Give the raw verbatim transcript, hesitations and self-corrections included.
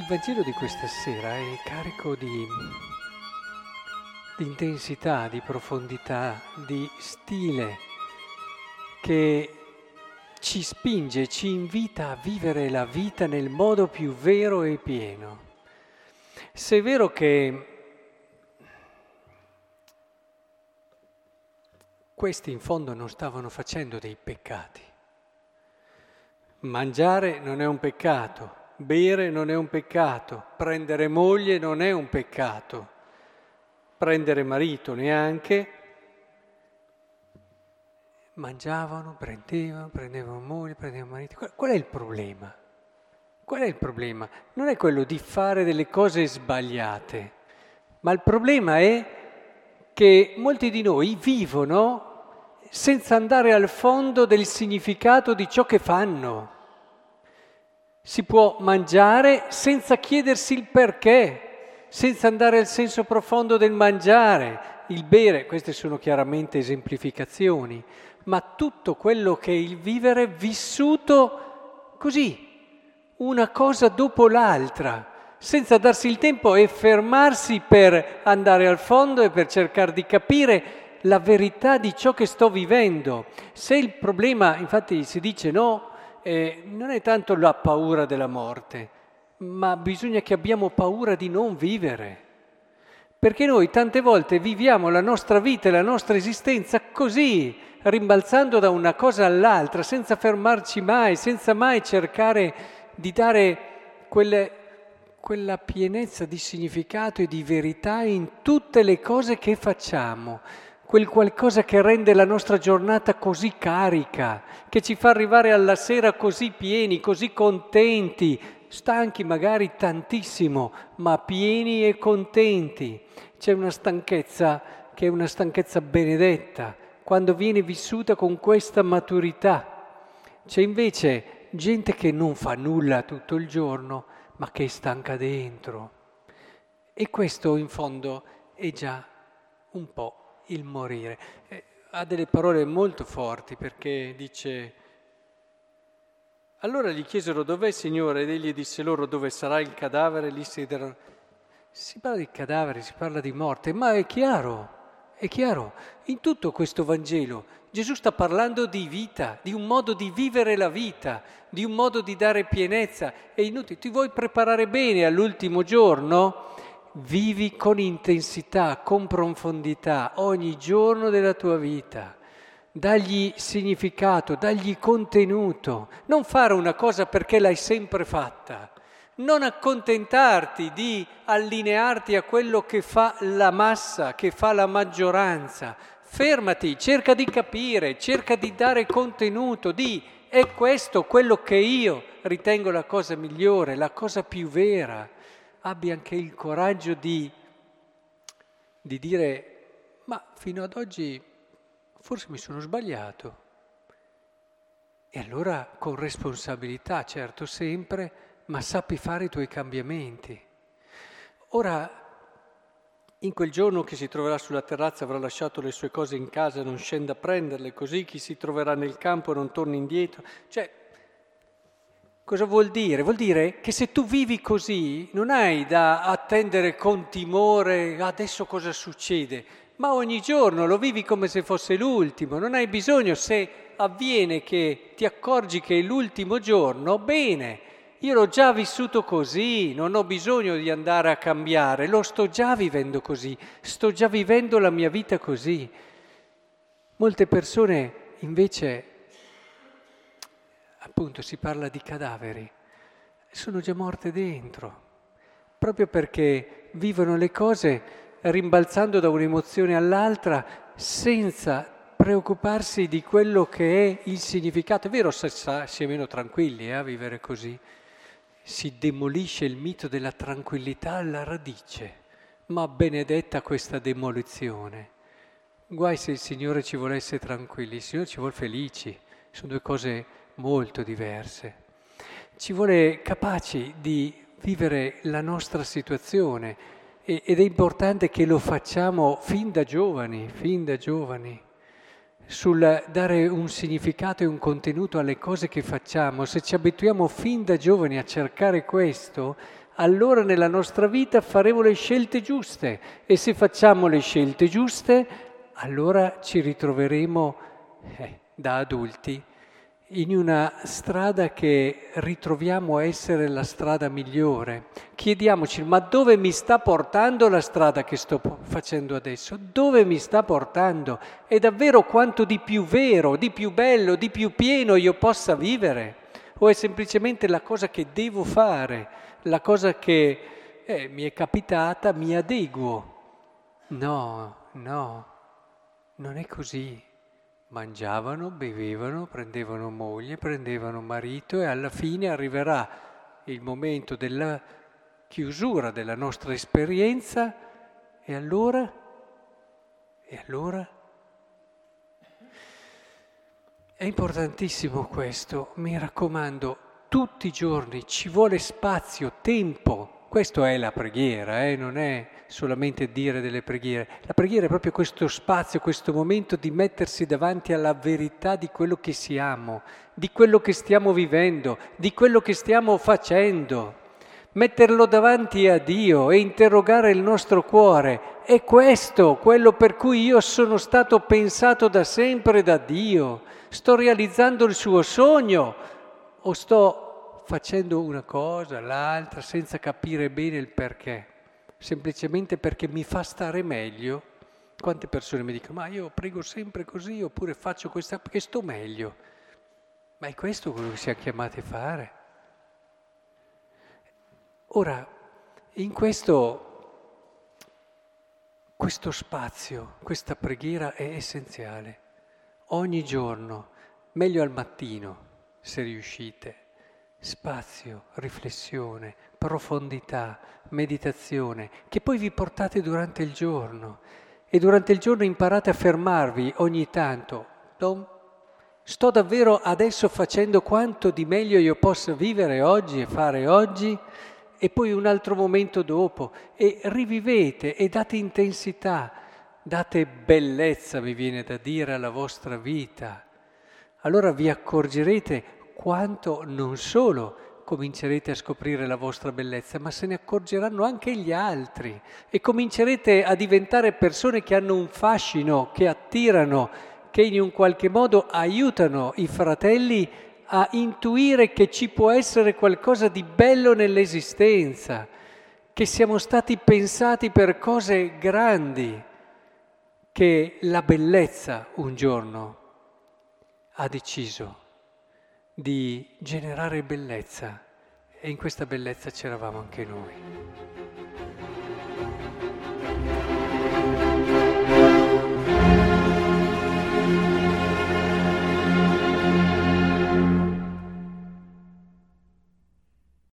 Vangelo di questa sera è carico di, di intensità, di profondità, di stile che ci spinge, ci invita a vivere la vita nel modo più vero e pieno. Se è vero che questi in fondo non stavano facendo dei peccati, mangiare non è un peccato, bere non è un peccato, prendere moglie non è un peccato, prendere marito neanche. Mangiavano, prendevano, prendevano moglie, prendevano marito. Qual, qual è il problema? Qual è il problema? Non è quello di fare delle cose sbagliate, ma il problema è che molti di noi vivono senza andare al fondo del significato di ciò che fanno. Si può mangiare senza chiedersi il perché, senza andare al senso profondo del mangiare, il bere, queste sono chiaramente esemplificazioni, ma tutto quello che è il vivere vissuto così, una cosa dopo l'altra, senza darsi il tempo e fermarsi per andare al fondo e per cercare di capire la verità di ciò che sto vivendo. Se il problema, infatti si dice no, Eh, non è tanto la paura della morte, ma bisogna che abbiamo paura di non vivere. Perché noi tante volte viviamo la nostra vita e la nostra esistenza così, rimbalzando da una cosa all'altra, senza fermarci mai, senza mai cercare di dare quelle, quella pienezza di significato e di verità in tutte le cose che facciamo. Quel qualcosa che rende la nostra giornata così carica, che ci fa arrivare alla sera così pieni, così contenti, stanchi magari tantissimo, ma pieni e contenti. C'è una stanchezza che è una stanchezza benedetta, quando viene vissuta con questa maturità. C'è invece gente che non fa nulla tutto il giorno, ma che è stanca dentro. E questo in fondo è già un po' il morire. Eh, ha delle parole molto forti perché dice: allora gli chiesero dov'è Signore ed egli disse loro dove sarà il cadavere, lì siederanno. Si parla di cadavere, si parla di morte, ma è chiaro, è chiaro, in tutto questo Vangelo Gesù sta parlando di vita, di un modo di vivere la vita, di un modo di dare pienezza. È inutile, ti vuoi preparare bene all'ultimo giorno? Vivi con intensità, con profondità ogni giorno della tua vita, dagli significato, dagli contenuto, non fare una cosa perché l'hai sempre fatta, non accontentarti di allinearti a quello che fa la massa, che fa la maggioranza. Fermati, cerca di capire, cerca di dare contenuto, di è questo quello che io ritengo la cosa migliore, la cosa più vera. Abbia anche il coraggio di, di dire, ma fino ad oggi forse mi sono sbagliato. E allora con responsabilità, certo, sempre, ma sappi fare i tuoi cambiamenti. Ora, in quel giorno chi si troverà sulla terrazza avrà lasciato le sue cose in casa, non scenda a prenderle, così chi si troverà nel campo non torni indietro. Cioè, cosa vuol dire? Vuol dire che se tu vivi così non hai da attendere con timore adesso cosa succede, ma ogni giorno lo vivi come se fosse l'ultimo, non hai bisogno, se avviene che ti accorgi che è l'ultimo giorno, bene, io l'ho già vissuto così, non ho bisogno di andare a cambiare, lo sto già vivendo così, sto già vivendo la mia vita così. Molte persone invece, appunto si parla di cadaveri, sono già morte dentro, proprio perché vivono le cose rimbalzando da un'emozione all'altra senza preoccuparsi di quello che è il significato. È vero, si è meno tranquilli eh, a vivere così, si demolisce il mito della tranquillità alla radice, ma benedetta questa demolizione. Guai se il Signore ci volesse tranquilli, il Signore ci vuole felici, sono due cose molto diverse. Ci vuole capaci di vivere la nostra situazione ed è importante che lo facciamo fin da giovani, fin da giovani, sul dare un significato e un contenuto alle cose che facciamo. Se ci abituiamo fin da giovani a cercare questo, allora nella nostra vita faremo le scelte giuste e se facciamo le scelte giuste, allora ci ritroveremo eh, da adulti in una strada che ritroviamo essere la strada migliore. Chiediamoci, ma dove mi sta portando la strada che sto facendo adesso? Dove mi sta portando? È davvero quanto di più vero, di più bello, di più pieno io possa vivere? O è semplicemente la cosa che devo fare, la cosa che eh, mi è capitata, mi adeguo? No, no, non è così. Mangiavano, bevevano, prendevano moglie, prendevano marito e alla fine arriverà il momento della chiusura della nostra esperienza e allora? E allora? È importantissimo questo, mi raccomando, tutti i giorni ci vuole spazio, tempo. Questo è la preghiera, eh? Non è solamente dire delle preghiere. La preghiera è proprio questo spazio, questo momento di mettersi davanti alla verità di quello che siamo, di quello che stiamo vivendo, di quello che stiamo facendo. Metterlo davanti a Dio e interrogare il nostro cuore. È questo quello per cui io sono stato pensato da sempre da Dio. Sto realizzando il suo sogno o sto facendo una cosa, l'altra, senza capire bene il perché, semplicemente perché mi fa stare meglio? Quante persone mi dicono, ma io prego sempre così, oppure faccio questa, perché sto meglio. Ma è questo quello che siamo chiamati a fare? Ora, in questo, questo spazio, questa preghiera è essenziale. Ogni giorno, meglio al mattino, se riuscite. Spazio, riflessione, profondità, meditazione, che poi vi portate durante il giorno e durante il giorno imparate a fermarvi ogni tanto. Sto davvero adesso facendo quanto di meglio io possa vivere oggi e fare oggi e poi un altro momento dopo e rivivete e date intensità, date bellezza, mi viene da dire, alla vostra vita. Allora vi accorgerete quanto non solo comincerete a scoprire la vostra bellezza, ma se ne accorgeranno anche gli altri e comincerete a diventare persone che hanno un fascino, che attirano, che in un qualche modo aiutano i fratelli a intuire che ci può essere qualcosa di bello nell'esistenza, che siamo stati pensati per cose grandi, che la bellezza un giorno ha deciso di generare bellezza e in questa bellezza c'eravamo anche noi.